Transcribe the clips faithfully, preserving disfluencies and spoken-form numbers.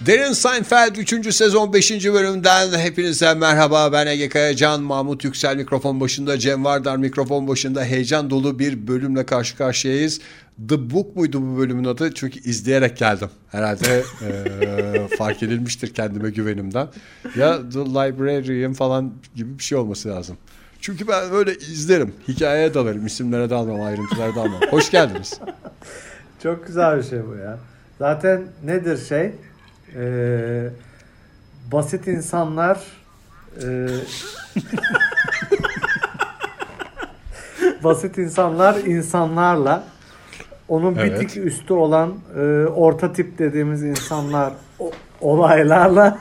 Derin Seinfeld üçüncü sezon beşinci bölümden hepinize merhaba. Ben Ege Kayacan, Mahmut Yüksel mikrofon başında, Cem Vardar mikrofon başında. Heyecan dolu bir bölümle karşı karşıyayız. The Book muydu bu bölümün adı? Çünkü izleyerek geldim. Herhalde e, fark edilmiştir kendime güvenimden. Ya The Librarian falan gibi bir şey olması lazım. Çünkü ben böyle izlerim. Hikayeye dalarım. İsimlere dalmam, ayrıntılara dalmam. Hoş geldiniz. Çok güzel bir şey bu ya. Zaten nedir şey? Ee, basit insanlar e, basit insanlar insanlarla onun evet. bir tık üstü olan e, orta tip dediğimiz insanlar o, olaylarla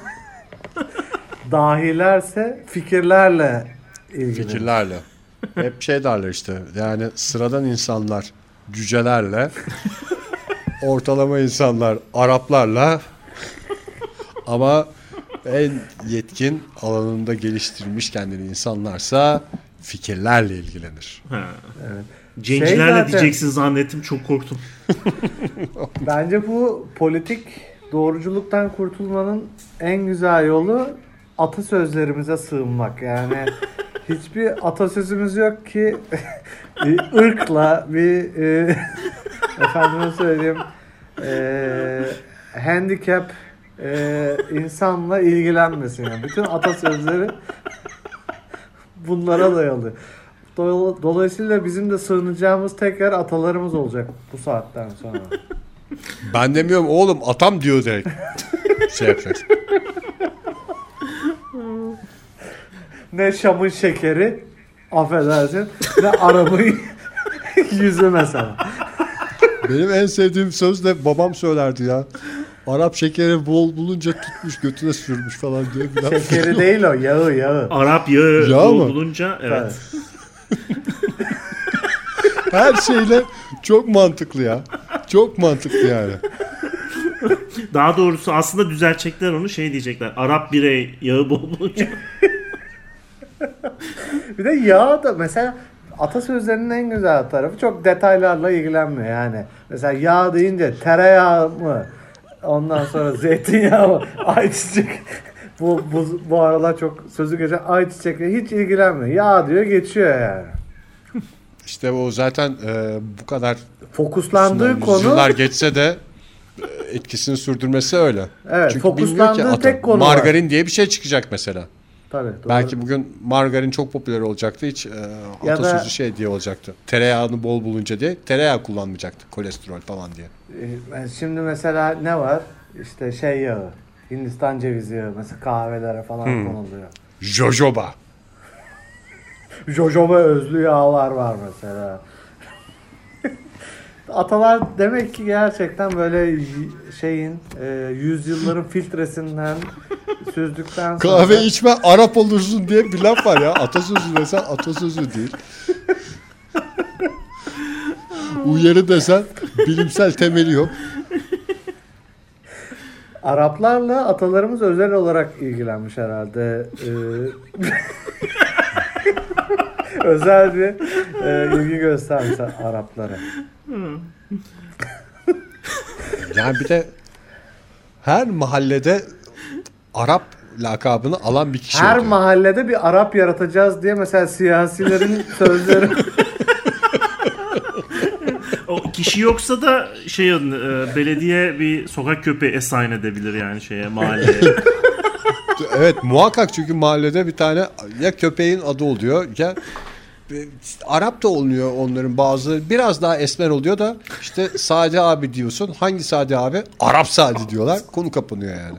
dahilerse fikirlerle ilgili. Fikirlerle. Hep şey derler işte. Yani sıradan insanlar cücelerle, ortalama insanlar Araplarla, ama en yetkin alanında geliştirilmiş kendini insanlarsa fikirlerle ilgilenir. Ha. Evet. Cencilerle Şey zaten, diyeceksin zannettim, çok korktum. Bence bu politik doğruculuktan kurtulmanın en güzel yolu atasözlerimize sığınmak. Yani hiçbir atasözümüz yok ki ırkla bir e, efendime söyleyeyim e, handicap e, insanla ilgilenmesin. Yani bütün atasözleri bunlara dayalı. Dolayısıyla bizim de sığınacağımız tek yer atalarımız olacak bu saatten sonra. Ben demiyorum oğlum, atam diyor direkt. Şey yapacaksın. Ne Şam'ın şekeri, affedersin, ne Arap'ın yüzü mesela. Benim en sevdiğim söz de babam söylerdi ya. Arap şekeri bol bulunca tutmuş götüne sürmüş falan diyor. Şekeri değil o, yağı yağı. Arap yağı Yağ bol mı? bulunca evet. Her şeyle çok mantıklı ya. Çok mantıklı yani. Daha doğrusu aslında düzeltecekler onu, şey diyecekler. Arap birey yağı bol bulunca. Bir de yağ da mesela atasözlerinin en güzel tarafı çok detaylarla ilgilenmiyor yani. Mesela yağ deyince tereyağı mı? Ondan sonra zeytinyağı mı? Ayçiçek. Bu, bu, bu aralar çok sözü geçen ayçiçekle hiç ilgilenmiyor. Yağ diyor geçiyor yani. İşte o zaten e, bu kadar fokuslandığı konu, yıllar geçse de etkisini sürdürmesi öyle. Evet, çünkü fokuslandığı ki tek konu margarin var. diye bir şey çıkacak mesela. Tabii, doğru. Belki bugün margarin çok popüler olacaktı, hiç e, atasözü da, şey diye olacaktı. Tereyağını bol bulunca diye tereyağı kullanmayacaktı, kolesterol falan diye. E, şimdi mesela ne var? İşte şey yağı, Hindistan cevizi yağı mesela kahvelere falan hmm. konuluyor. Jojoba. Jojoba özlü yağlar var mesela. Atalar demek ki gerçekten böyle şeyin e, yüzyılların filtresinden süzdükten sonra... Kahve içme Arap olursun diye bir laf var ya. Atasözü desen atasözü değil. Uyarı desen bilimsel temeli yok. Araplarla atalarımız özel olarak ilgilenmiş herhalde. Ee, özel bir e, ilgi göstermişler Araplara. Yani bir de her mahallede Arap lakabını alan bir kişi Her oluyor. mahallede bir Arap yaratacağız diye mesela siyasilerin sözleri. O kişi yoksa da şey e, belediye bir sokak köpeği assign edebilir yani şeye, mahalleye. Evet muhakkak, çünkü mahallede bir tane ya köpeğin adı oluyor ya Arap da oluyor, onların bazıları biraz daha esmer oluyor da işte Sadi abi diyorsun. Hangi Sadi abi? Arap Sadi diyorlar. Konu kapanıyor yani.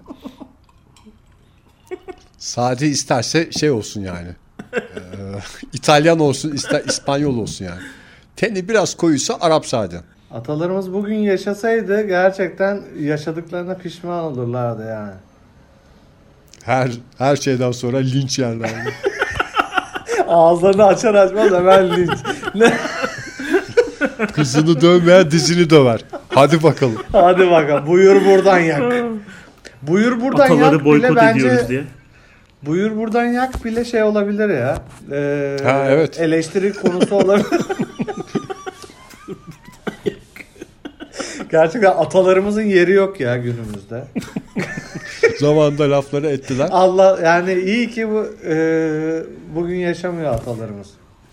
Sadi isterse şey olsun yani. Ee, İtalyan olsun, ister İspanyol olsun yani. Teni biraz koyuysa Arap Sadi. Atalarımız bugün yaşasaydı gerçekten yaşadıklarına pişman olurlardı yani. Her her şeyden sonra linç yerlerdi. Ağızlarını açar açmaz hemen linç. Ne? Kızını dövmeyen dizini döver. Hadi bakalım. Hadi bakalım. Buyur buradan yak. Buyur buradan Ataları yak bile bence. Diye. Buyur buradan yak bile şey olabilir ya. Ee, ha, evet. Eleştiri konusu olabilir. Gerçekten atalarımızın yeri yok ya günümüzde. Zamanında lafları ettiler. Allah yani iyi ki bu e, bugün yaşamıyor atalarımız.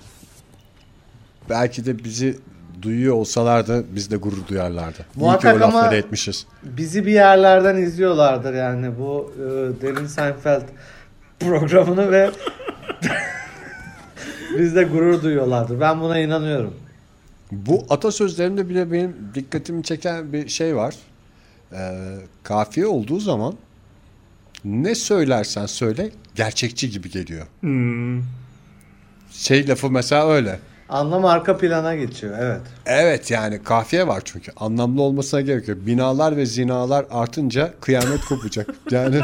Belki de bizi duyuyor olsalardı biz de gurur duyarlardı. Muhakkak İyi ki o lafları ama etmişiz. bizi bir yerlerden izliyorlardır yani bu e, Derin Seinfeld programını ve biz de gurur duyuyorlardır. Ben buna inanıyorum. Bu atasözlerinde bile benim dikkatimi çeken bir şey var. Ee, kafiye olduğu zaman ne söylersen söyle gerçekçi gibi geliyor. Hmm. Şey lafı mesela öyle. Anlam arka plana geçiyor. Evet. Evet yani kafiye var çünkü. Anlamlı olmasına gerekiyor. Binalar ve zinalar artınca kıyamet kopacak. Yani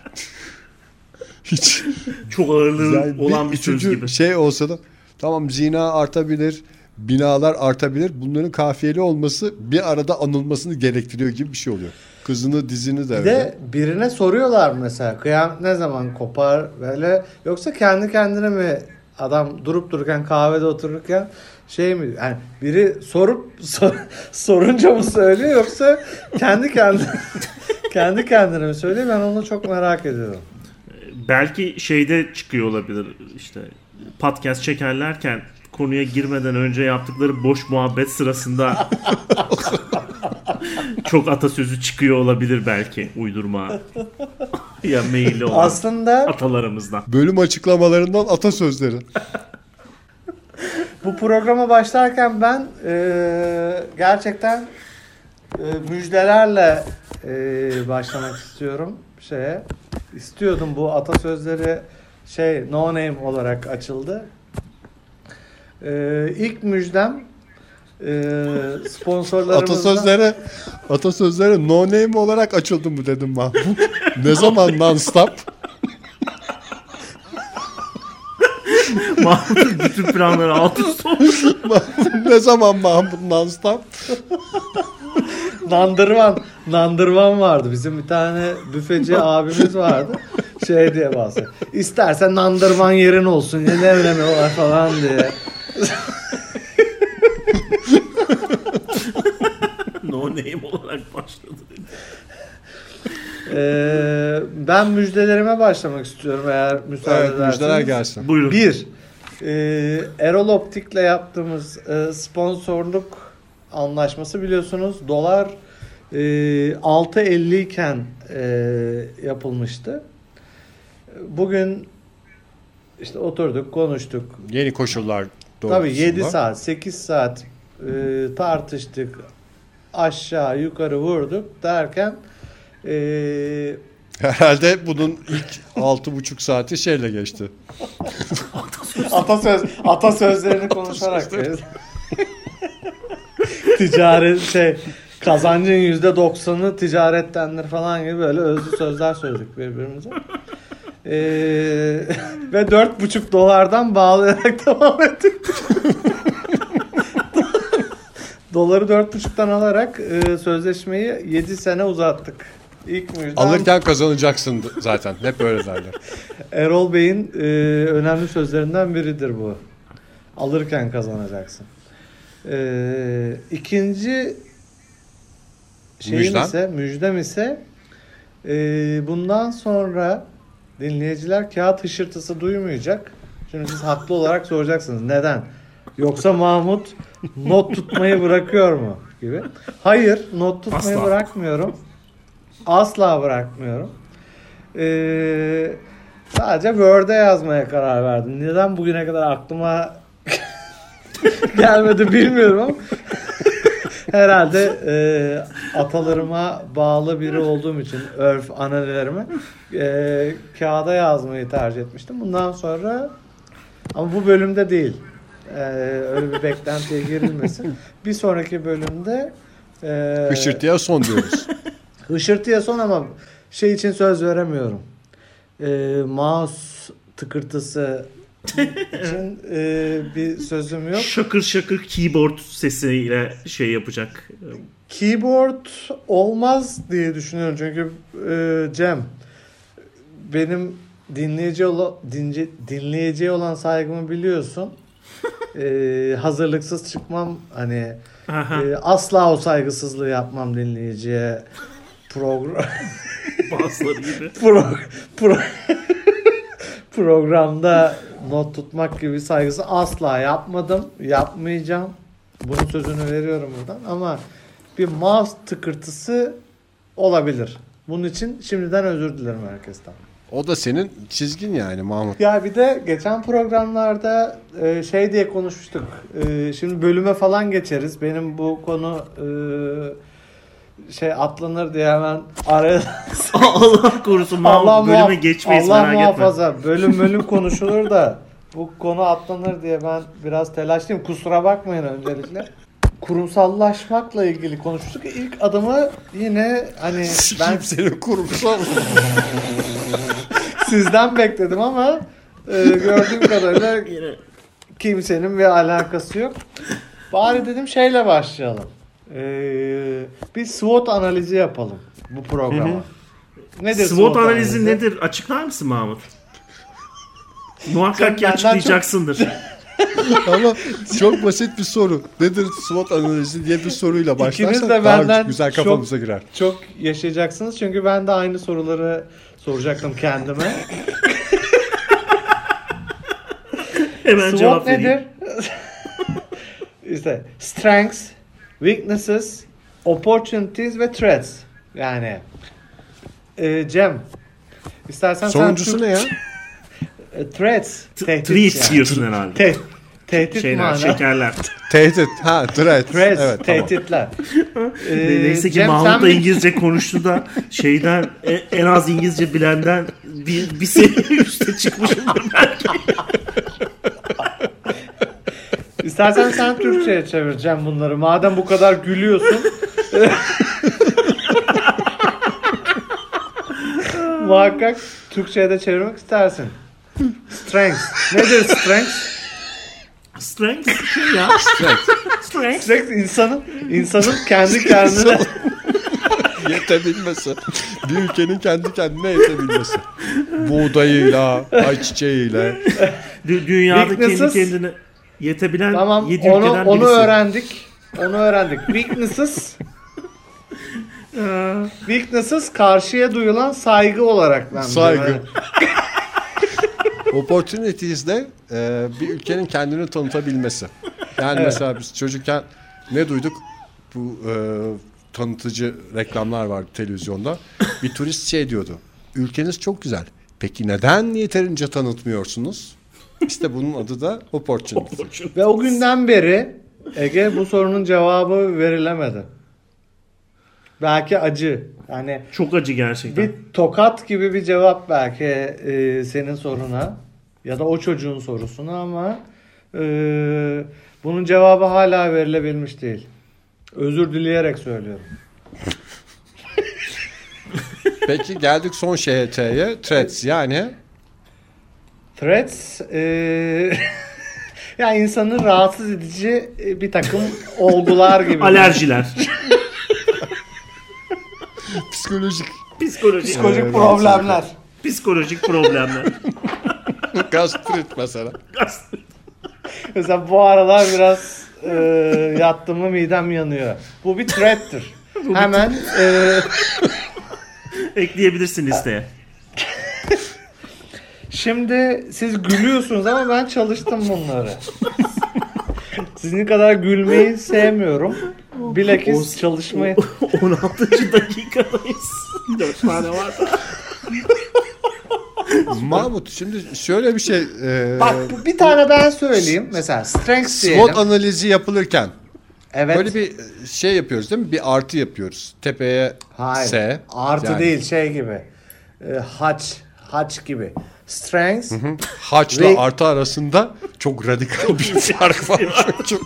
hiç Çok ağırlığı yani olan bir, söz üçüncü gibi. şey olsa da tamam zina artabilir, binalar artabilir. Bunların kafiyeli olması bir arada anılmasını gerektiriyor gibi bir şey oluyor. Kızını dizini de Bir öyle. de birine soruyorlar mesela kıyamet ne zaman kopar böyle yoksa kendi kendine mi adam durup dururken kahvede otururken şey mi yani biri sorup sor, sorunca mı söylüyor yoksa kendi kendine kendi kendine mi söylüyor ben onu çok merak ediyorum. Belki şeyde çıkıyor olabilir işte podcast çekerlerken konuya girmeden önce yaptıkları boş muhabbet sırasında çok atasözü çıkıyor olabilir belki uydurma ya meyilli olan Aslında atalarımızdan. Bölüm açıklamalarından atasözleri. bu programa başlarken ben e, gerçekten e, müjdelerle e, başlamak istiyorum şeye. İstiyordum bu atasözleri şey no name olarak açıldı. E, ilk müjdem e, sponsorlarımızdan Atasözleri atasözleri no name olarak açıldı mı dedim ben. Ne zaman non-stop? Mahmut'un bütün planları alt üst olmuş. Ne zaman Mahmut non-stop? Nandırvan Nandırvan vardı. Bizim bir tane büfeci abimiz vardı. Şey diye bahsediyor. İstersen Nandırvan yerin olsun. Ne önemi var falan diye. No name olarak başladı. Ee, ben müjdelerime başlamak istiyorum eğer müsaade Evet, ederseniz. müjdeler gelsin. Buyurun. Bir, e, Erol Optik'le yaptığımız e, sponsorluk anlaşması biliyorsunuz dolar e, altı elli iken e, yapılmıştı. Bugün işte oturduk, konuştuk. Yeni koşullar doğrultusunda. Tabii yedi saat, sekiz saat e, tartıştık. Aşağı yukarı vurduk derken e, Herhalde bunun ilk altı buçuk saati şeyle geçti. atasöz atasözlerini konuşarak ticaret şey kazancın yüzde doksanı ticarettendir falan gibi böyle özlü sözler söyledik birbirimize. Ee, ve dört buçuk dolardan bağlayarak devam ettik. Doları dört buçuktan alarak e, sözleşmeyi yedi sene uzattık. İlk müjdem Alırken kazanacaksın zaten. Hep öyle derler. Erol Bey'in e, önemli sözlerinden biridir bu. Alırken kazanacaksın. E, ikinci şeyim Müjdem? ise, müjdem ise e, bundan sonra dinleyiciler kağıt hışırtısı duymayacak. Şimdi siz haklı olarak soracaksınız. Neden? Yoksa Mahmut not tutmayı bırakıyor mu? Gibi. Hayır, not tutmayı Asla. bırakmıyorum. Asla bırakmıyorum. Ee, sadece Word'e yazmaya karar verdim. Neden bugüne kadar aklıma gelmedi bilmiyorum ama herhalde e, atalarıma bağlı biri olduğum için örf ananelerime e, kağıda yazmayı tercih etmiştim. Bundan sonra ama bu bölümde değil. E, öyle bir beklentiye girilmesin. Bir sonraki bölümde e, Hışırtıya son diyoruz. hışırtıya son ama şey için söz veremiyorum. E, mouse tıkırtısı için e, bir sözüm yok. Şakır şakır keyboard sesiyle şey yapacak. Keyboard olmaz diye düşünüyorum çünkü e, Cem benim dinleyici ola, dince, dinleyiciye olan saygımı biliyorsun. E, hazırlıksız çıkmam hani Aha. e, asla o saygısızlığı yapmam dinleyiciye program Bazıları gibi. Pro, pro, programda not tutmak gibi saygısı asla yapmadım. Yapmayacağım. Bunun sözünü veriyorum buradan. Ama bir mouse tıkırtısı olabilir. Bunun için şimdiden özür dilerim herkesten. O da senin çizgin yani Mahmut. Ya bir de geçen programlarda e, şey diye konuşmuştuk. E, şimdi bölüme falan geçeriz. Benim bu konu e, şey atlanır diye hemen araya Allah korusun Mahmut Allah bölüme muhaf- geçmeyiz Allah merak muhafaza. Bölüm bölüm konuşulur da bu konu atlanır diye ben biraz telaşlıyım. Kusura bakmayın öncelikle. Kurumsallaşmakla ilgili konuşmuştuk. İlk adımı yine hani ben Ben senin kurumsal. sizden bekledim ama e, gördüğüm kadarıyla etme. kimsenin bir alakası yok. Bari dedim şeyle başlayalım. Ee, bir SWOT analizi yapalım bu programa. Hı hı. Nedir SWOT analizi nedir? Açıklar mısın Mahmut? Muhakkak ki Sen benden açıklayacaksındır. Ama çok basit bir soru. Nedir SWOT analizi diye bir soruyla İkiniz başlarsak de daha benden güzel çok- kafamıza girer. Çok yaşayacaksınız çünkü ben de aynı soruları soracaktım kendime. Hemen SWOT cevap vereyim. nedir? İşte strengths, weaknesses, opportunities ve threats. Yani e, Cem, istersen Sonuncusu sen ne ya? E, threats, T- tehdit Treat yani. diyorsun herhalde. Te- tehdit Şeyler, mana. şekerler. Tehdit. Ha, threat. Threats, Evet, tamam. tehditler. Ee, Neyse ki Cem, Mahmut sen da mi- İngilizce konuştu da şeyden e- en az İngilizce bilenden bir, bir seviye üste çıkmışımdır belki. İstersen sen Türkçe'ye çevireceğim bunları. Madem bu kadar gülüyorsun. Muhakkak Türkçe'ye de çevirmek istersin. Strength. Nedir strength? Strength şey ya. Strength. Strength insanın insanın kendi kendine Yetebilmesi. Bir ülkenin kendi kendine yetebilmesi. Buğdayıyla, ayçiçeğiyle. Dü- dünyada kendi Weaknesses. kendine yetebilen tamam yedi onu ülkeden onu birisi. öğrendik. Onu öğrendik. Weaknesses Weaknesses karşıya duyulan saygı olarak ben Saygı. biliyorum. Opportunities de e, bir ülkenin kendini tanıtabilmesi. Yani Evet. mesela biz çocukken ne duyduk? Bu e, tanıtıcı reklamlar vardı televizyonda. Bir turist şey diyordu. Ülkeniz çok güzel. Peki neden yeterince tanıtmıyorsunuz? İşte bunun adı da opportunity. Ve o günden beri Ege bu sorunun cevabı verilemedi. Belki acı. Yani Çok acı gerçekten. bir tokat gibi bir cevap belki e, senin soruna ya da o çocuğun sorusuna ama e, bunun cevabı hala verilebilmiş değil. Özür dileyerek söylüyorum. Peki geldik son şeye T'ye. Threats yani Threats e, yani insanı rahatsız edici e, bir takım olgular gibi. Alerjiler. psikolojik Psikolojik. Psikolojik Ee, problemler. Psikolojik problemler. gastrit mesela. Mesela bu aralar biraz e, yattım mı midem yanıyor. Bu bir threat'tir. Hemen e, Ekleyebilirsin listeye. şimdi siz gülüyorsunuz ama ben çalıştım bunları. Sizin kadar gülmeyi sevmiyorum. Bilakis O- çalışmayı... on altıncı dakikadayız. dört tane var da. Mahmut şimdi şöyle bir şey. E, Bak bir tane ben söyleyeyim. Mesela strength diyelim. SWOT analizi yapılırken Evet. böyle bir şey yapıyoruz değil mi? Bir artı yapıyoruz. Tepeye Hayır. S. Artı yani değil şey gibi. E, haç. Haç gibi. Strength. Haçla Ve- artı arasında çok radikal bir fark var. Çok-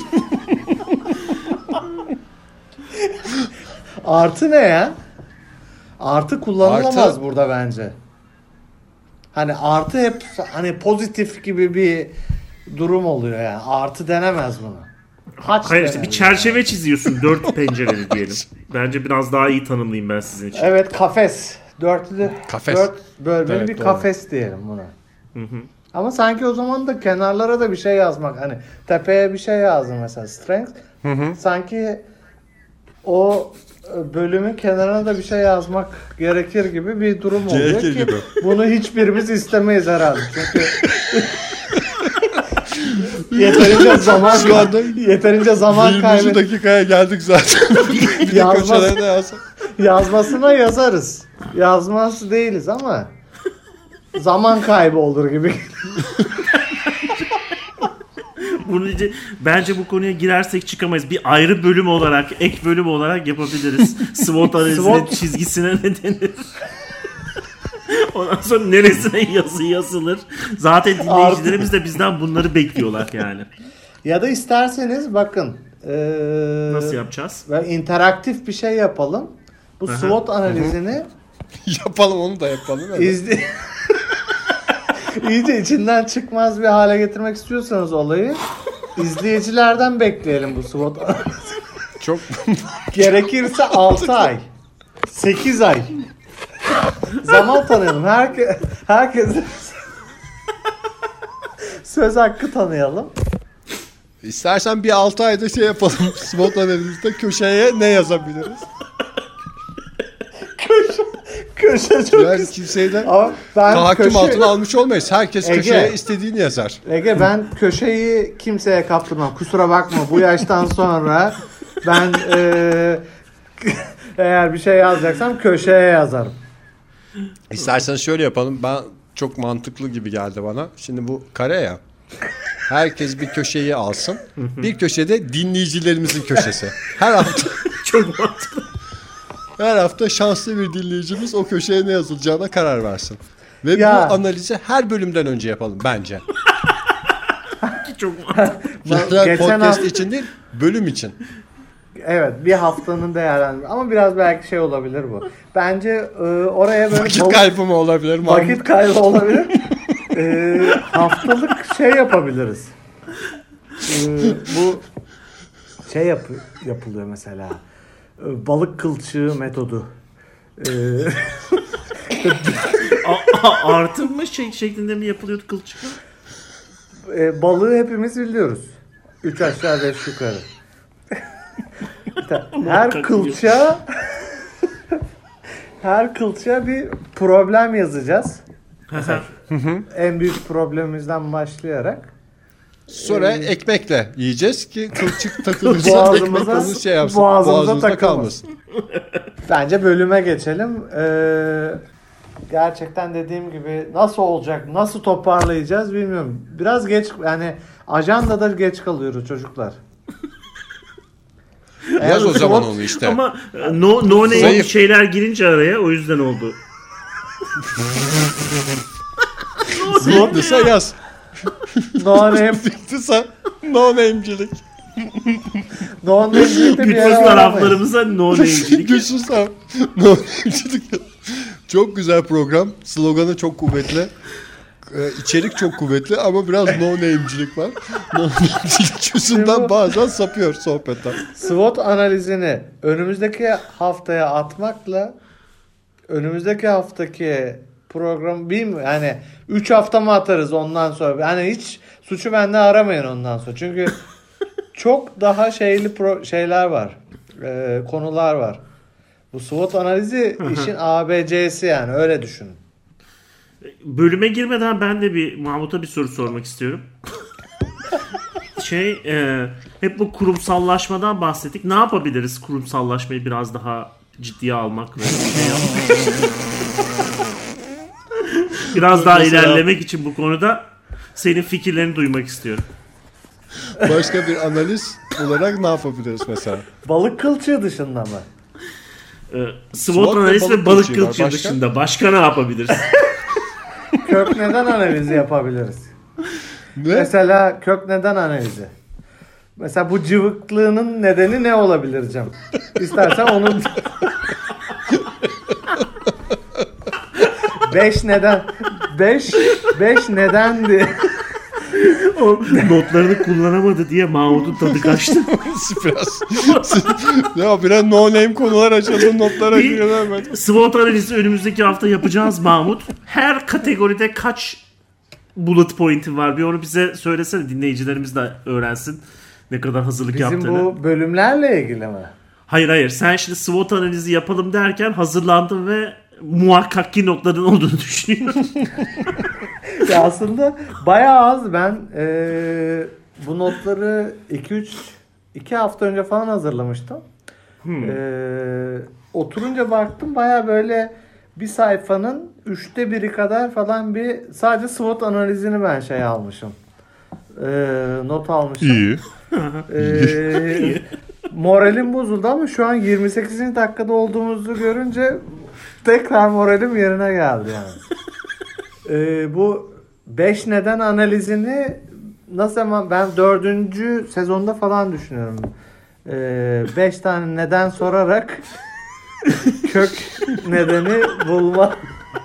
Artı ne ya? Artı kullanılamaz Artı- burada bence. Hani artı hep hani pozitif gibi bir durum oluyor yani. Artı denemez buna. Haç Hayır işte bir denir. çerçeve çiziyorsun dört pencereli diyelim. Bence biraz daha iyi tanımlayayım ben sizin için. Evet kafes. Dörtlü. Kafes. Dört bölmeli Evet, bir doğru. kafes diyelim buna. Hı hı. Ama sanki o zaman da kenarlara da bir şey yazmak. Hani tepeye bir şey yazdım mesela strength. Sanki o bölümün kenarına da bir şey yazmak gerekir gibi bir durum oluyor Gerekir ki gibi. bunu hiçbirimiz istemeyiz herhalde. Çünkü yeterince zaman Şu anda yeterince zaman yirminci kaybet dakikaya geldik zaten. Bir de Yazmaz- köşelere de yazsak. yazmasına yazarız. Yazmaz değiliz ama zaman kaybı olur gibi. Bunu iyice- bence bu konuya girersek çıkamayız. Bir ayrı bölüm olarak, ek bölüm olarak yapabiliriz. SWOT analizinin SWOT- çizgisine ne denir? Ondan sonra neresine yazı yazılır? Zaten dinleyicilerimiz de bizden bunları bekliyorlar yani. Ya da isterseniz bakın. Ee, Nasıl yapacağız? ve interaktif bir şey yapalım. Bu Aha. SWOT analizini Yapalım onu da yapalım. Evet. izle iyice içinden çıkmaz bir hale getirmek istiyorsanız olayı izleyicilerden bekleyelim bu SWOT analizini. Çok Gerekirse altı ay. sekiz ay. Zaman tanıyalım. Herke herkese söz hakkı tanıyalım. İstersen bir altı ayda şey yapalım. SWOT analizinde köşeye ne yazabiliriz? Köşe çok Yani kimseyle Ama ben tahakküm köşe... altına almış olmayız. Herkes Ege. köşeye istediğini yazar. Ege ben köşeyi kimseye kaptırmam. Kusura bakma bu yaştan sonra ben eee, eğer bir şey yazacaksam köşeye yazarım. İstersen şöyle yapalım. Ben çok mantıklı gibi geldi bana. Şimdi bu kare ya. Herkes bir köşeyi alsın. Bir köşede dinleyicilerimizin köşesi. Her hafta Çok mantıklı. her hafta şanslı bir dinleyicimiz o köşeye ne yazılacağına karar versin. Ve Ya. bu analizi her bölümden önce yapalım bence. Çok mantıklı. Yani Geçen podcast hafta- için değil, bölüm için. Evet bir haftanın değerlendirme ama biraz belki şey olabilir bu. Bence eee, oraya böyle Vakit balık- kaybı mı olabilir? Mahmut? vakit kaybı olabilir. Eee, haftalık şey yapabiliriz. Eee, bu şey yap yapılıyor mesela. Eee, balık kılçığı metodu. Eee A- a- artım mı şey şeklinde mi yapılıyordu kılçıkla? E, balığı hepimiz biliyoruz. Üç aşağı beş yukarı. her Muhakkak kılçığa her kılçığa bir problem yazacağız. Mesela en büyük problemimizden başlayarak Sonra Ee, ekmekle yiyeceğiz ki kılçık takılırsa Boğazımıza- ekmeğimiz şey yapsın. boğazımıza Boğazımızda takılmasın. kalmasın. bence bölüme geçelim. Ee, gerçekten dediğim gibi nasıl olacak, nasıl toparlayacağız bilmiyorum. Biraz geç yani ajandada geç kalıyoruz çocuklar. Yaz o Eğer zaman SWOT onu işte. Ama e, no, no name Zayıf. şeyler girince araya o yüzden oldu. Zıplıysa yaz. No name, Zıplıysa no name'cilik. no name'cilik de bir yere Güçsüz varamayız. taraflarımıza no name'cilik. Güçsüzsem no name'cilik. Çok güzel program. Sloganı çok kuvvetli. Ee, içerik çok kuvvetli ama biraz no name'cilik var. No name'cilik yüzünden bazen sapıyor sohbetler. SWOT analizini önümüzdeki haftaya atmakla önümüzdeki haftaki program bilmiyorum yani üç hafta mı atarız ondan sonra yani hiç suçu bende aramayın ondan sonra çünkü çok daha şeyli pro, şeyler var Ee, konular var bu SWOT analizi işin A B C'si yani öyle düşünün. Bölüme girmeden ben de bir Mahmut'a bir soru sormak istiyorum. şey e, hep bu kurumsallaşmadan bahsettik. Ne yapabiliriz kurumsallaşmayı biraz daha ciddiye almak ve şey yapmak? Biraz daha Mesela- ilerlemek için bu konuda senin fikirlerini duymak istiyorum. Başka bir analiz olarak ne yapabiliriz mesela? Balık kılçığı dışında mı? Ee, SWOT SWOT ve analizi balık ve balık kılçığı var. kılçığı Başka? dışında başka ne yapabiliriz? Kök neden analizi yapabiliriz. Ne? Mesela kök neden analizi. Mesela bu cıvıklığının nedeni ne olabilir Cem? İstersen onun beş neden beş beş nedendi. O notlarını kullanamadı diye Mahmut'un tadı kaçtı. biraz. Ya biraz no name konular açalım notlara Bir- girelim. SWOT analizi önümüzdeki hafta yapacağız Mahmut. Her kategoride kaç bullet point'in var? Bir onu bize söylesene dinleyicilerimiz de öğrensin ne kadar hazırlık Bizim yaptığını. bu bölümlerle ilgili mi? Hayır hayır sen şimdi SWOT analizi yapalım derken hazırlandım ve muhakkaki notların olduğunu düşünüyorum. Ya aslında bayağı az. Ben e, bu notları iki üç iki hafta önce falan hazırlamıştım. Hmm. E, oturunca baktım bayağı böyle bir sayfanın üçte biri kadar falan bir sadece SWOT analizini ben şey almışım. E, not almışım. İyi. E, moralim bozuldu ama şu an yirmi sekizinci dakikada olduğumuzu görünce tekrar moralim yerine geldi yani. e, bu beş neden analizini nasıl zaman ben dördüncü sezonda falan düşünüyorum. beş ee, tane neden sorarak kök nedeni bulma.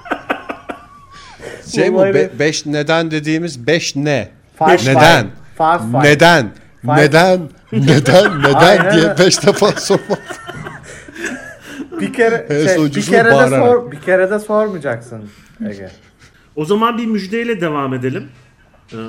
Şey bu beş neden dediğimiz beş ne? Five, neden? Five, five, five. Neden? Five. Neden? Neden? Neden diye beş defa sormak. Bir kere şey, bir kere de sor, bir kere de sormayacaksın Ege. O zaman bir müjdeyle devam edelim. Ee,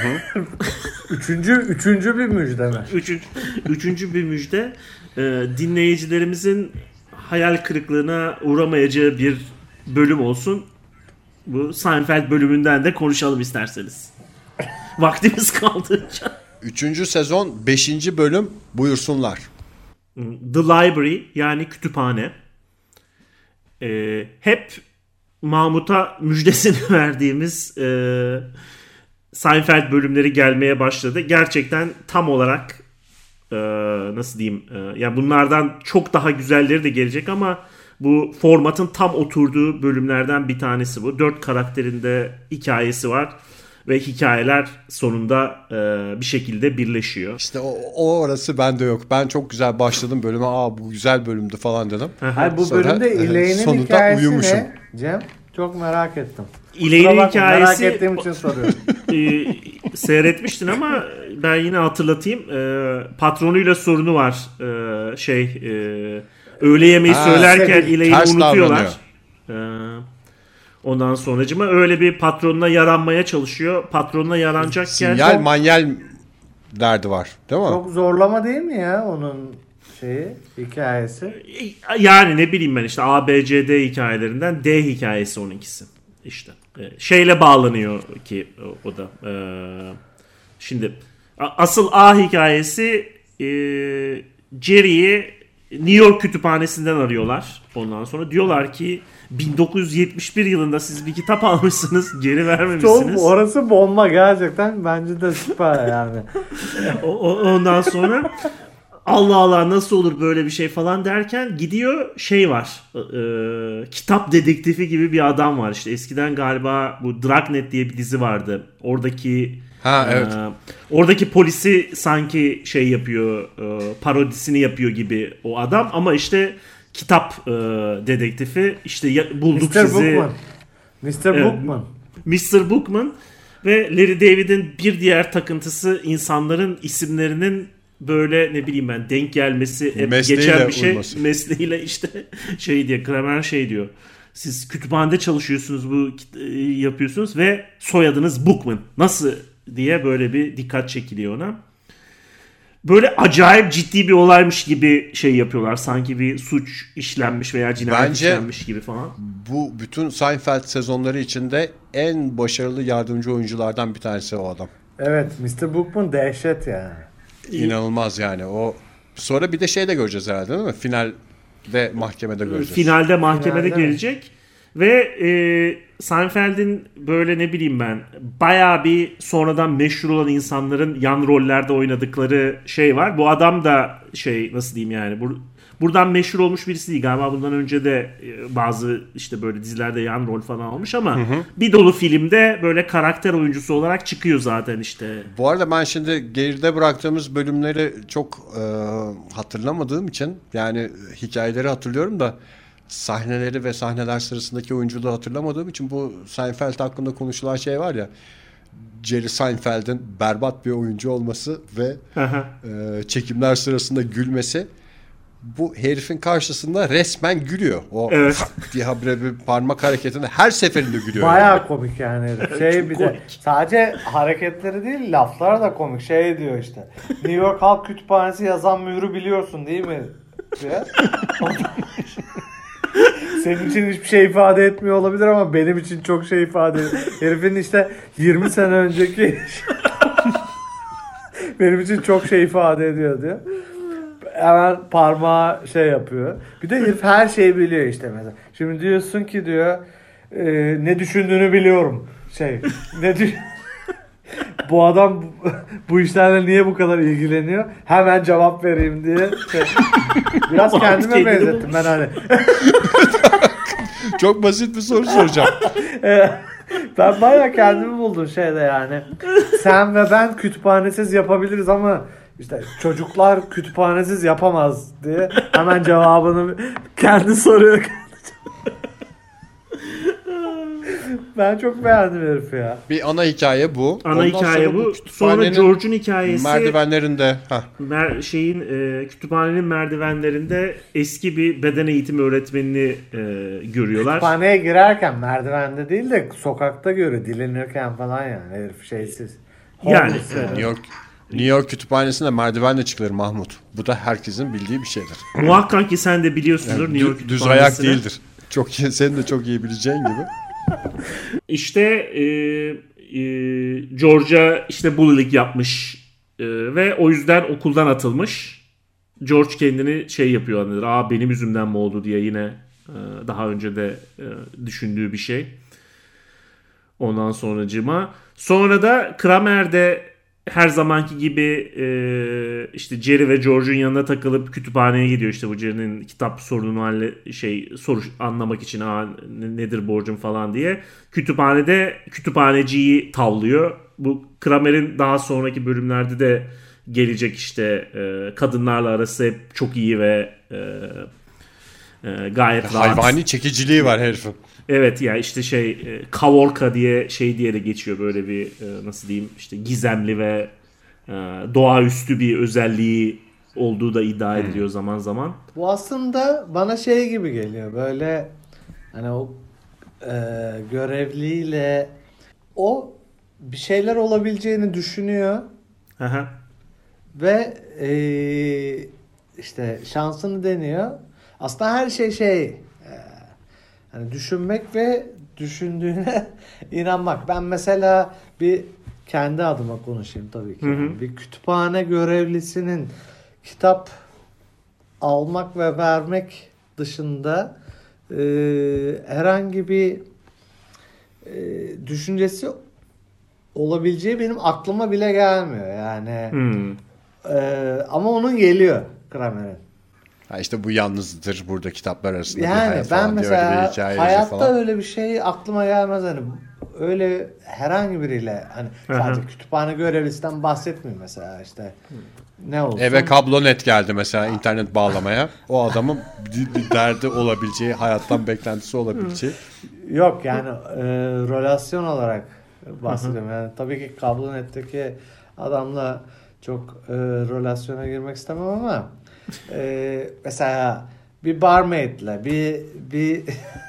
üçüncü, üçüncü bir müjde mi? Üçüncü, üçüncü bir müjde. Ee, dinleyicilerimizin hayal kırıklığına uğramayacağı bir bölüm olsun. Bu Seinfeld bölümünden de konuşalım isterseniz. Vaktimiz kaldıkça. Üçüncü sezon beşinci bölüm buyursunlar. The Library yani kütüphane. Ee, hep Mahmut'a müjdesini verdiğimiz e, Seinfeld bölümleri gelmeye başladı. Gerçekten tam olarak e, nasıl diyeyim e, yani bunlardan çok daha güzelleri de gelecek ama bu formatın tam oturduğu bölümlerden bir tanesi bu. Dört karakterin de hikayesi var ve hikayeler sonunda e, bir şekilde birleşiyor. İşte o, o orası bende yok. Ben çok güzel başladım bölüme. Aa bu güzel bölümdü falan dedim. Hayır, bu Sonra, bölümde Elaine'in hikayesi uyumuşum. Ne Cem? Çok merak ettim. Elaine'in hikayesi merak ettiğim için soruyorum. e, seyretmiştin ama ben yine hatırlatayım. E, patronuyla sorunu var. E, şey e, öğle yemeği ha, söylerken Elaine'i unutuyorlar. E, ondan sonracıma öyle bir patronuna yaranmaya çalışıyor. Patronuna yaranacakken sinyal çok... manyal derdi var. Değil mi? Çok zorlama değil mi ya onun şeyi, hikayesi? Yani ne bileyim ben işte A, B, C, D hikayelerinden D hikayesi onunkisi. İşte şeyle bağlanıyor ki o, o da. Ee, şimdi asıl A hikayesi e, Jerry'i New York kütüphanesinden arıyorlar. Ondan sonra diyorlar ki bin dokuz yüz yetmiş bir yılında siz bir kitap almışsınız, geri vermemişsiniz. Çok orası bomba gerçekten, bence de süper yani. o, ondan sonra Allah Allah nasıl olur böyle bir şey falan derken gidiyor şey var. E, kitap dedektifi gibi bir adam var. İşte eskiden galiba bu Dragnet diye bir dizi vardı. Oradaki ha, evet. e, oradaki polisi sanki şey yapıyor, e, parodisini yapıyor gibi o adam ama işte kitap e, dedektifi. İşte ya, bulduk mister sizi. Bookman. mister E, Bookman. mister Bookman ve Larry David'in bir diğer takıntısı insanların isimlerinin böyle ne bileyim ben denk gelmesi, hep geçen bir şey uyması. Mesleğiyle işte şey diye Kramer şey diyor. Siz kütüphanede çalışıyorsunuz, bu yapıyorsunuz ve soyadınız Bookman. Nasıl diye böyle bir dikkat çekiliyor ona. Böyle acayip ciddi bir olaymış gibi şey yapıyorlar. Sanki bir suç işlenmiş veya cinayet Bence işlenmiş gibi falan. Bu bütün Seinfeld sezonları içinde en başarılı yardımcı oyunculardan bir tanesi o adam. Evet, mister Bookman dehşet yani. İnanılmaz yani. O sonra bir de şey de göreceğiz herhalde değil mi? Finalde mahkemede göreceğiz. Finalde mahkemede Finalde gelecek. Mi? Ve e, Seinfeld'in böyle ne bileyim ben bayağı bir sonradan meşhur olan insanların yan rollerde oynadıkları şey var. Bu adam da şey nasıl diyeyim yani bur- buradan meşhur olmuş birisi değil. Galiba bundan önce de bazı işte böyle dizilerde yan rol falan almış ama hı hı. bir dolu filmde böyle karakter oyuncusu olarak çıkıyor zaten işte. Bu arada ben şimdi geride bıraktığımız bölümleri çok e, hatırlamadığım için yani hikayeleri hatırlıyorum da sahneleri ve sahneler sırasındaki oyunculuğu hatırlamadığım için bu Seinfeld hakkında konuşulan şey var ya, Jerry Seinfeld'in berbat bir oyuncu olması ve e, çekimler sırasında gülmesi, bu herifin karşısında resmen gülüyor. O evet. diye habire bir parmak hareketinde her seferinde gülüyor. Bayağı yani. Komik yani. Şey bir komik. De sadece hareketleri değil, laflar da komik. Şey diyor işte. New York Halk Kütüphanesi yazan mührü biliyorsun değil mi? diye. Senin için hiçbir şey ifade etmiyor olabilir ama benim için çok şey ifade ediyor. Herifin işte yirmi sene önceki benim için çok şey ifade ediyor diyor. Hemen parmağı şey yapıyor. Bir de herif her şeyi biliyor işte mesela. Şimdi diyorsun ki diyor e, ne düşündüğünü biliyorum. Şey ne düş- bu adam bu, bu işlerle niye bu kadar ilgileniyor? Hemen cevap vereyim diye. Şey, biraz kendime benzettim ben hani. Çok basit bir soru soracağım. Ben bayağı kendimi buldum şeyde yani. Sen ve ben kütüphanesiz yapabiliriz ama işte çocuklar kütüphanesiz yapamaz diye hemen cevabını kendi soruyor. Ben çok beğendim herifi ya. Bir ana hikaye bu. Ana Ondan hikaye sonra bu. Sonra kütüphanenin George'un hikayesi merdivenlerinde. Heh. mer- şeyin e, kütüphanenin merdivenlerinde eski bir beden eğitimi öğretmenini e, görüyorlar. Kütüphaneye girerken merdivende değil de sokakta görüyor dilenirken falan yani herif şeysiz. Yani, Homeless e, New York New York kütüphanesinde merdivenle çıkılır Mahmut. Bu da herkesin bildiği bir şeydir. Muhakkak ki sen de biliyorsundur Yani New York dü- düz ayak kütüphanesini. değildir. Çok iyi, senin de çok iyi bileceğin gibi. İşte e, e, George'a işte bullying yapmış e, ve o yüzden okuldan atılmış. George kendini şey yapıyor annedir. Aa benim yüzümden mi oldu diye yine e, daha önce de e, düşündüğü bir şey. Ondan sonracığıma. Sonra da Kramer'de her zamanki gibi e, işte Jerry ve George'un yanına takılıp kütüphaneye gidiyor. İşte bu Jerry'nin kitap sorununu halle, şey soru anlamak için Aa, nedir borcum falan diye. Kütüphanede kütüphaneciyi tavlıyor. Bu Kramer'in daha sonraki bölümlerde de gelecek işte e, kadınlarla arası hep çok iyi ve e, e, gayet rahat. Hayvani çekiciliği var herifin. Evet ya işte şey e, Kavorka diye şey diye de geçiyor böyle bir e, nasıl diyeyim işte gizemli ve e, doğaüstü bir özelliği olduğu da iddia ediliyor hmm. zaman zaman. Bu aslında bana şey gibi geliyor böyle hani o e, görevliyle o bir şeyler olabileceğini düşünüyor. Aha. Ve e, işte şansını deniyor. Aslında her şey şey hani düşünmek ve düşündüğüne inanmak. Ben mesela bir kendi adıma konuşayım tabii ki. Hı hı. Yani bir kütüphane görevlisinin kitap almak ve vermek dışında e, herhangi bir e, düşüncesi olabileceği benim aklıma bile gelmiyor. Yani Hmm. e, ama onun geliyor Kramer'in. Ha işte bu yalnızdır burada kitaplar arasında yani bir hayat ben falan mesela diye öyle bir hikaye hayatta falan. öyle bir şey aklıma gelmez hani öyle herhangi biriyle hani sadece kütüphane görevlisinden bahsetmiyorum mesela işte ne olsun. Eve kablonet geldi mesela internet bağlamaya. O adamın bir derdi olabileceği, hayattan beklentisi olabileceği. Yok yani e, relasyon olarak bahsediyorum. Yani tabii ki kablonetteki adamla çok e, relasyona girmek istemem ama e, mesela bir barmaid'le bir bir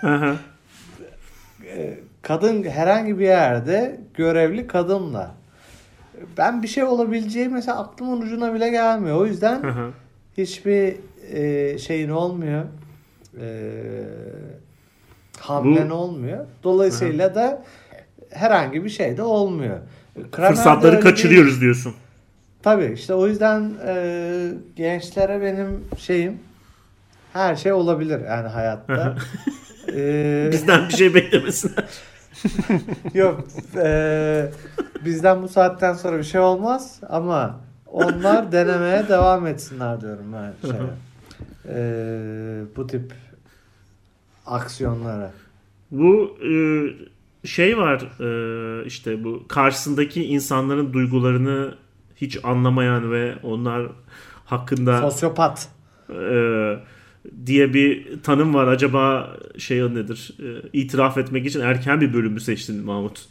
kadın herhangi bir yerde görevli kadınla ben bir şey olabileceği mesela aklımın ucuna bile gelmiyor. O yüzden hiçbir e, şeyin olmuyor. E, hamlen Bu... olmuyor. Dolayısıyla Aha. da herhangi bir şey de olmuyor. Kramer fırsatları kaçırıyoruz değil. Diyorsun. Tabii işte o yüzden e, gençlere benim şeyim her şey olabilir yani hayatta. ee, Bizden bir şey beklemesinler. Yok. E, bizden bu saatten sonra bir şey olmaz ama onlar denemeye devam etsinler diyorum ben. Şey. e, bu tip aksiyonlara. Bu e, şey var e, işte bu karşısındaki insanların duygularını hiç anlamayan ve onlar hakkında sosyopat e, diye bir tanım var. Acaba şey nedir? E, itiraf etmek için erken bir bölümü seçtin Mahmut.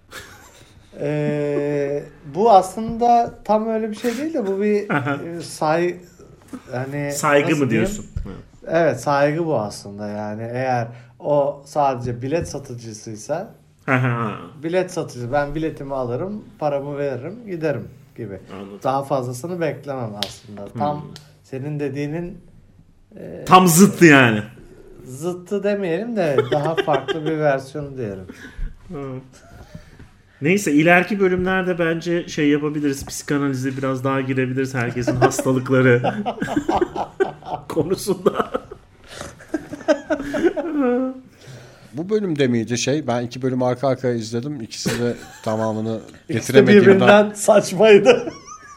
e, bu aslında tam öyle bir şey değil de bu bir e, say hani saygı mı diyorsun? Evet. evet, saygı bu aslında. Yani eğer o sadece bilet satıcısıysa bilet satıcısı ben biletimi alırım, paramı veririm, giderim gibi. Anladım. Daha fazlasını beklemem aslında. Tam hmm. senin dediğinin Tam zıttı yani. Zıttı demeyelim de daha farklı bir versiyonu diyelim. Neyse ileriki bölümlerde bence şey yapabiliriz. Psikanalize biraz daha girebiliriz. Herkesin hastalıkları konusunda. Bu bölümde miydi şey? Ben iki bölüm arka arkaya izledim. İkisi de tamamını İkisi de getiremediğimden. birbirinden saçmaydı.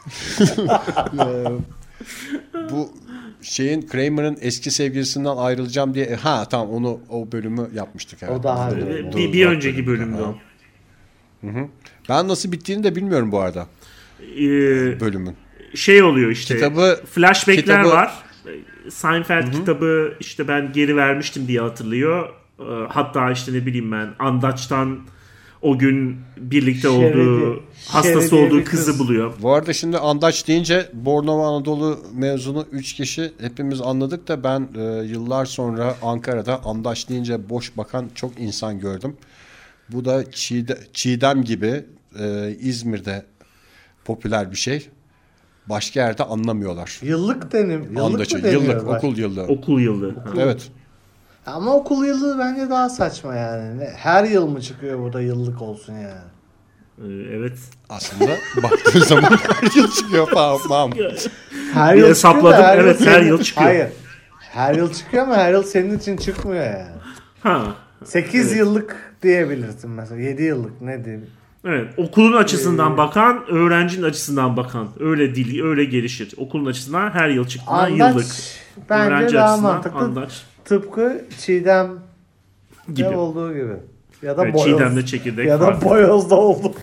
Bu şeyin Kramer'ın eski sevgilisinden ayrılacağım diye ha tamam onu o bölümü yapmıştık. O daha iyi. bir, bir önceki bölümde o. Hı hı. Ben nasıl bittiğini de bilmiyorum bu arada. Ee, bölümün. Şey oluyor işte. Kitabı, flashback'ler kitabı... var. Seinfeld Hı-hı. kitabı işte ben geri vermiştim diye hatırlıyor. Hatta işte ne bileyim ben Andaç'tan o gün birlikte Şeridi, olduğu hastası Şeridi olduğu bir kızı kız. buluyor. Bu arada şimdi Andaç deyince Bornova Anadolu mezunu üç kişi hepimiz anladık da ben e, yıllar sonra Ankara'da Andaç deyince boş bakan çok insan gördüm. Bu da Çiğde, Çiğdem gibi e, İzmir'de popüler bir şey. Başka yerde anlamıyorlar. Yıllık denim. Yıllık Andaç'ı, mı deniyor? yıllık, Bak. okul yıllığı. Okul yılı. Evet. Ama okul yılı bence daha saçma yani. Ne- Her yıl mı çıkıyor burada yıllık olsun yani? Ee, Evet. Aslında baktığın zaman her yıl çıkıyor falan. Tamam. Her Bir yıl hesapladım, çıkıyor da her evet, yıl her senin- yıl çıkıyor. Hayır. Her yıl çıkıyor ama her yıl senin için çıkmıyor yani. Ha. sekiz Evet. yıllık diyebilirsin mesela. yedi yıllık ne diyeyim. Evet. Okulun açısından Ee, bakan, öğrencinin açısından bakan. Öyle dili, öyle gelişir. Okulun açısından her yıl çıktığına Andaç yıllık. bence Öğrenci daha açısından mantıklı. Andaç Tıpkı Çiğdem gibi. olduğu gibi. Ya da Evet, boyoz. Çiğdem'de çekirdek Ya da farklı. boyozda oldu.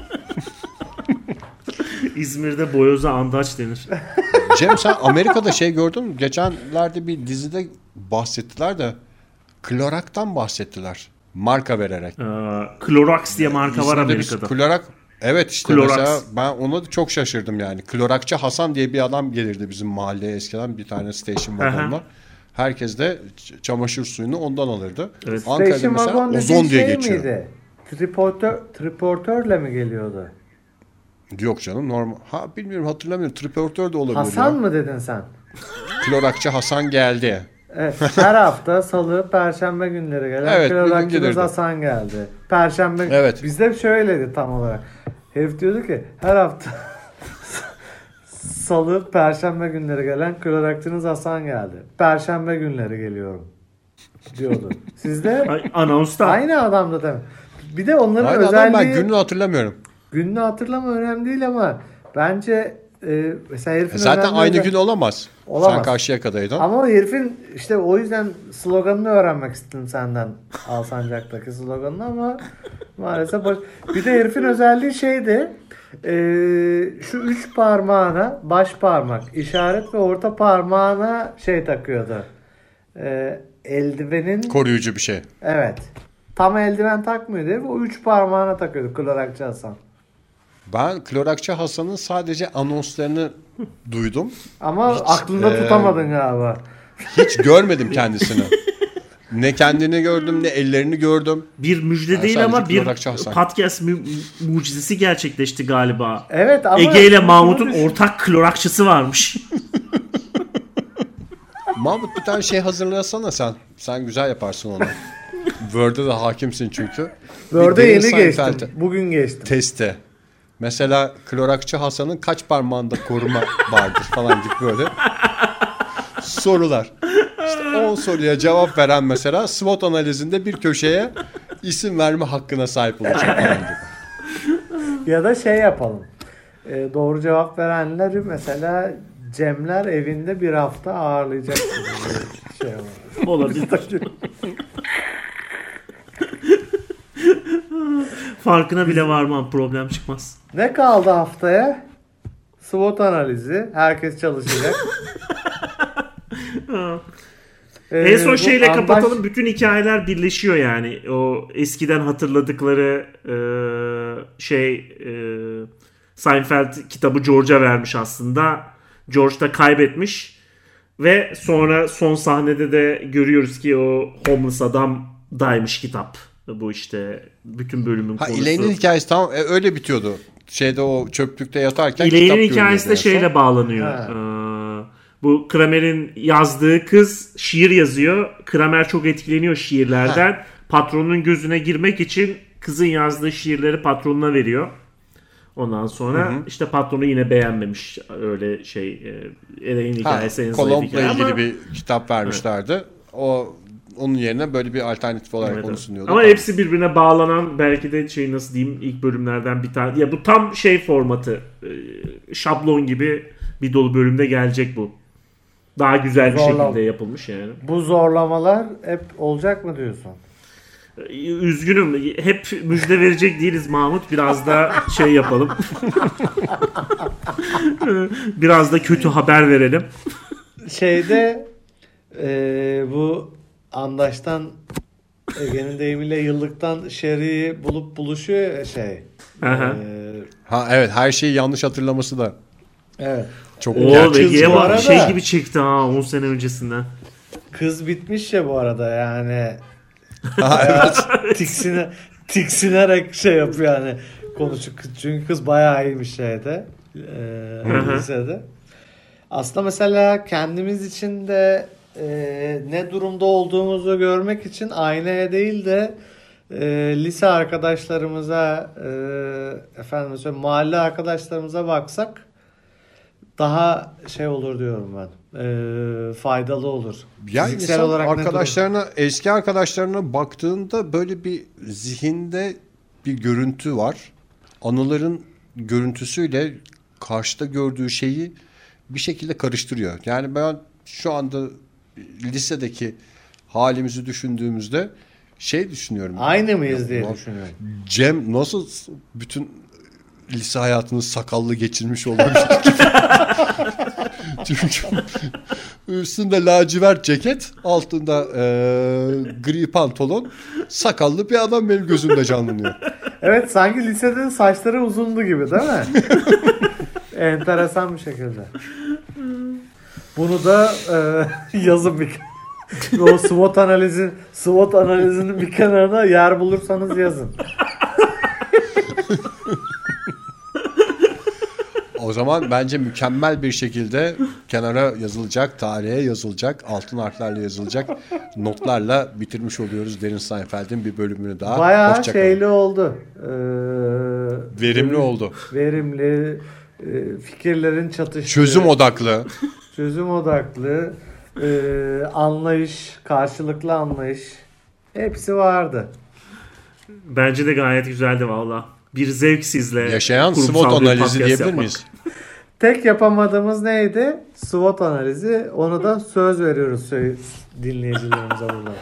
İzmir'de boyoza Andaç denir. Cem sen Amerika'da şey gördün mü? Geçenlerde bir dizide bahsettiler de Klorak'tan bahsettiler. Marka vererek. Ee, Clorox diye marka var İzmir'de bir Amerika'da. Klorak. Evet işte Clorox. mesela ben ona da çok şaşırdım yani. Klorakçı Hasan diye bir adam gelirdi bizim mahalleye eskiden bir tane station wagon'la. Herkes de ç- çamaşır suyunu ondan alırdı. Evet. Ankara'da Station mesela wagon ozon dediğin diye şey geçiyor. miydi? Triportör, triportörle mi geliyordu? Yok canım normal. Ha bilmiyorum hatırlamıyorum. Triportör de olabilir Hasan ya. mı dedin sen? Klorakçı Hasan geldi. Evet, her hafta salı, perşembe günleri gelen Evet, bir gün Klorakçımız gelirdi. Hasan geldi. Perşembe Evet. bizde şöyleydi tam olarak. Herif diyordu ki her hafta salı, perşembe günleri gelen Klorakçınız Hasan geldi. Perşembe günleri geliyorum diyordu. Sizde Ay, Anonstan. aynı adamdı değil mi? Bir de onların Aynen adam özelliği ben gününü hatırlamıyorum. gününü hatırlama önemli değil ama bence e, mesela herifin E zaten önemli aynı özel- gün olamaz. Olamaz. Sen Karşıyaka'daydın. Ama o herifin işte o yüzden sloganını öğrenmek istedim senden. Alsancak'taki sloganını ama maalesef baş... Bir de herifin özelliği şeydi. E, şu üç parmağına baş parmak, işaret ve orta parmağına şey takıyordu. E, eldivenin Koruyucu bir şey. evet. Tam eldiven takmıyordu herif. O üç parmağına takıyordu Klorakçı Hasan. Ben Klorakçı Hasan'ın sadece anonslarını duydum. Ama Hiç, aklında e, tutamadın galiba. Hiç görmedim kendisini. Ne kendini gördüm ne ellerini gördüm. Bir müjde Ben değil sadece ama bir Klorakçı Hasan. podcast mu- mucizesi gerçekleşti galiba. Evet ama Ege ile Mahmut'un Bunu düşün- ortak klorakçısı varmış. Mahmut bir tane şey hazırlasana sen. Sen güzel yaparsın onu. Word'e de hakimsin çünkü. Word'e Bir yeni derin geçtim. Seinfeld Bugün geçtim. Testi. Mesela Klorakçı Hasan'ın kaç parmağında koruma vardır falan gibi böyle sorular. İşte on soruya cevap veren mesela SWOT analizinde bir köşeye isim verme hakkına sahip olacak falan gibi. Ya da şey yapalım. Ee, doğru cevap verenleri mesela Cemler evinde bir hafta ağırlayacak. gibi bir şey var. Olabilir. Farkına bile varmam, problem çıkmaz. Ne kaldı haftaya? SWOT analizi. Herkes çalışacak. Ee, En son bu şeyle Andaş- kapatalım. Bütün hikayeler birleşiyor yani. O eskiden hatırladıkları e, şey e, Seinfeld kitabı George'a vermiş aslında. George da kaybetmiş. Ve sonra son sahnede de görüyoruz ki o homeless adamdaymış kitap. Bu işte bütün bölümün Ha konusu. Elaine'in hikayesi tamam e, öyle bitiyordu. Şeyde o çöplükte yatarken Elaine'in kitap hikayesi de görünüyordu en son. şeyle bağlanıyor. Ha. Ee, Bu Kramer'in yazdığı kız şiir yazıyor. Kramer çok etkileniyor şiirlerden. Ha. Patronun gözüne girmek için kızın yazdığı şiirleri patronuna veriyor. Ondan sonra hı hı. işte patronu yine beğenmemiş, öyle şey Elaine hikayesi en zayıf hikaye ilgili ama... bir kitap vermişlerdi. Evet. O onun yerine böyle bir alternatif olarak evet, onu sunuyordu. Ama hepsi birbirine bağlanan, belki de şey nasıl diyeyim, ilk bölümlerden bir tane. Ya bu tam şey formatı, şablon gibi bir dolu bölümde gelecek bu. Daha güzel bir Zorlam. şekilde yapılmış yani. Bu zorlamalar hep olacak mı diyorsun? Üzgünüm. Hep müjde verecek değiliz Mahmut. Biraz da şey yapalım. Biraz da kötü haber verelim. Şeyde e, bu Andaş'tan, Ege'nin deyimiyle yıllıktan Sherry'i bulup buluşuyor ya şey. E, ha evet, her şeyi yanlış hatırlaması da. Evet. Çok Ege'ye bak, şey gibi çekti ha on sene öncesinden. Kız bitmiş ya bu arada yani. Evet. Tiksine, tiksinerek şey yapıyor yani konuşuyor. Çünkü kız bayağı iyi bir şeyde. E, lisede. Aslında mesela kendimiz için de e, ne durumda olduğumuzu görmek için aynaya değil de e, lise arkadaşlarımıza e, efendim mesela mahalle arkadaşlarımıza baksak daha şey olur diyorum ben. E, faydalı olur. Yani Fiziksel insan olarak arkadaşlarına, eski arkadaşlarına baktığında böyle bir zihinde bir görüntü var. Anıların görüntüsüyle karşıda gördüğü şeyi bir şekilde karıştırıyor. Yani ben şu anda lisedeki halimizi düşündüğümüzde şey düşünüyorum. Aynı mıyız diye düşünüyorum. Cem nasıl bütün lise hayatını sakallı geçirmiş olmuş. Çünkü üstünde lacivert ceket, altında e, gri pantolon, sakallı bir adam benim gözümde canlanıyor. Evet, sanki lisede saçları uzundu gibi değil mi? Enteresan bir şekilde. Bunu da e, yazın bir o SWOT analizi SWOT analizinin bir kenarına yer bulursanız yazın. O zaman bence mükemmel bir şekilde kenara yazılacak, tarihe yazılacak, altın harflerle yazılacak notlarla bitirmiş oluyoruz Derin Seinfeld'in bir bölümünü daha. Bayağı şeyli oldu. Ee, verimli oldu. Verimli, e, fikirlerin çatıştığı. Çözüm odaklı. Çözüm odaklı, e, anlayış, karşılıklı anlayış. Hepsi vardı. Bence de gayet güzeldi valla. Bir zevk sizle. Yaşayan SWOT analizi diyebilir yapmak. miyiz? Tek yapamadığımız neydi? SWOT analizi. Onu da söz veriyoruz dinleyicilerimize burada.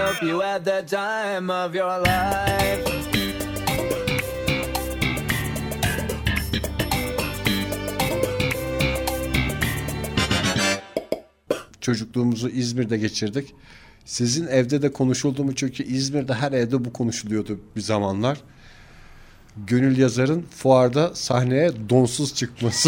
Çocukluğumuzu İzmir'de geçirdik. Sizin evde de konuşuldu mu? Çünkü İzmir'de her evde bu konuşuluyordu bir zamanlar. Gönül Yazar'ın fuarda sahneye donsuz çıkması.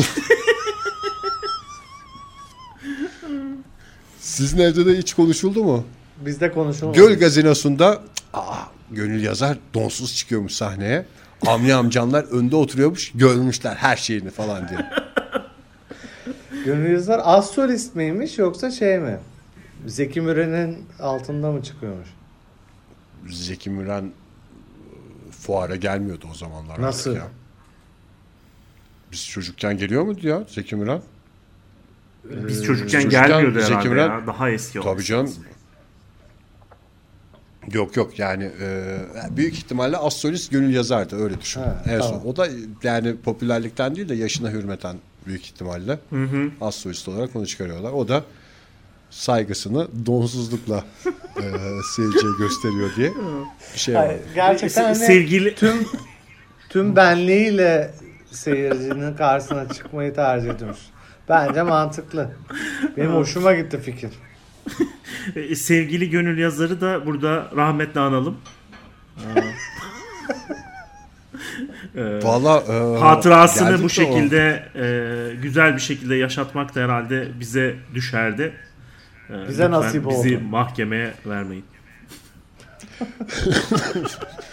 Sizin evde de hiç konuşuldu mu? Bizde konuşulmadı. Göl Gazinosu'nda aa, Gönül Yazar donsuz çıkıyormuş sahneye. Avni amcanlar önde oturuyormuş, görmüşler her şeyini falan diye. Gönül Yazar az solist miymiş yoksa şey mi? Zeki Müren'in altında mı çıkıyormuş? Zeki Müren fuara gelmiyordu o zamanlar. Nasıl? Ya. Biz çocukken geliyor muydu ya Zeki Müren? Biz çocukken, Biz çocukken gelmiyordu Zeki herhalde Müren, ya. Daha eski olmuş. Tabii canım. Yok yok yani e, büyük ihtimalle az solist Gönül Yazar'dı, öyle düşün. Ha, en tamam. son. O da yani popülerlikten değil de yaşına hürmeten büyük ihtimalle hı hı. az solist olarak onu çıkarıyorlar. O da saygısını donsuzlukla e, seyirciye gösteriyor diye bir şey var. Hayır, gerçekten hani sevgili tüm tüm benliğiyle seyircinin karşısına çıkmayı tercih ediyormuş. Bence mantıklı. Benim hoşuma gitti fikir. Sevgili Gönül Yazar'ı da burada rahmetle analım. Vallahi e, hatırasını bu şekilde e, güzel bir şekilde yaşatmak da herhalde bize düşerdi. E, bize nasip oldu. Bizi mahkemeye vermeyin.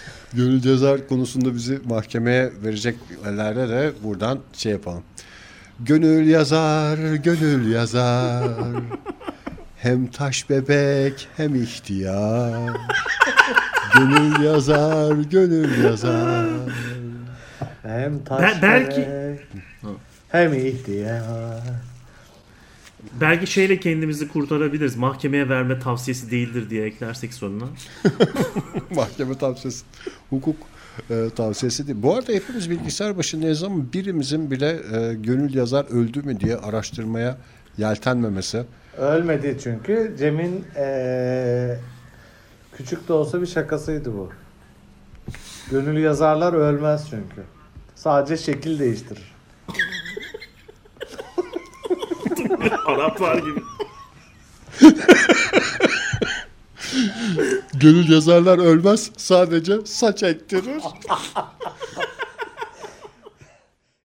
Gönül Yazar konusunda bizi mahkemeye vereceklerle de buradan şey yapalım. Gönül yazar, gönül yazar. Hem taş bebek hem ihtiyar. Gönül yazar, gönül yazar. Hem taş Ben- belki- bebek, hem ihtiyar. Belki şeyle kendimizi kurtarabiliriz. Mahkemeye verme tavsiyesi değildir diye eklersek sonuna. Mahkeme tavsiyesi. Hukuk e, tavsiyesi değil. Bu arada hepimiz bilgisayar başındayız ama birimizin bile e, gönül yazar öldü mü diye araştırmaya yeltenmemesi. Ölmedi çünkü. Cem'in eee, küçük de olsa bir şakasıydı bu. Gönül yazarlar ölmez çünkü. Sadece şekil değiştirir. Araplar gibi. Gönül yazarlar ölmez, sadece saç ektirir.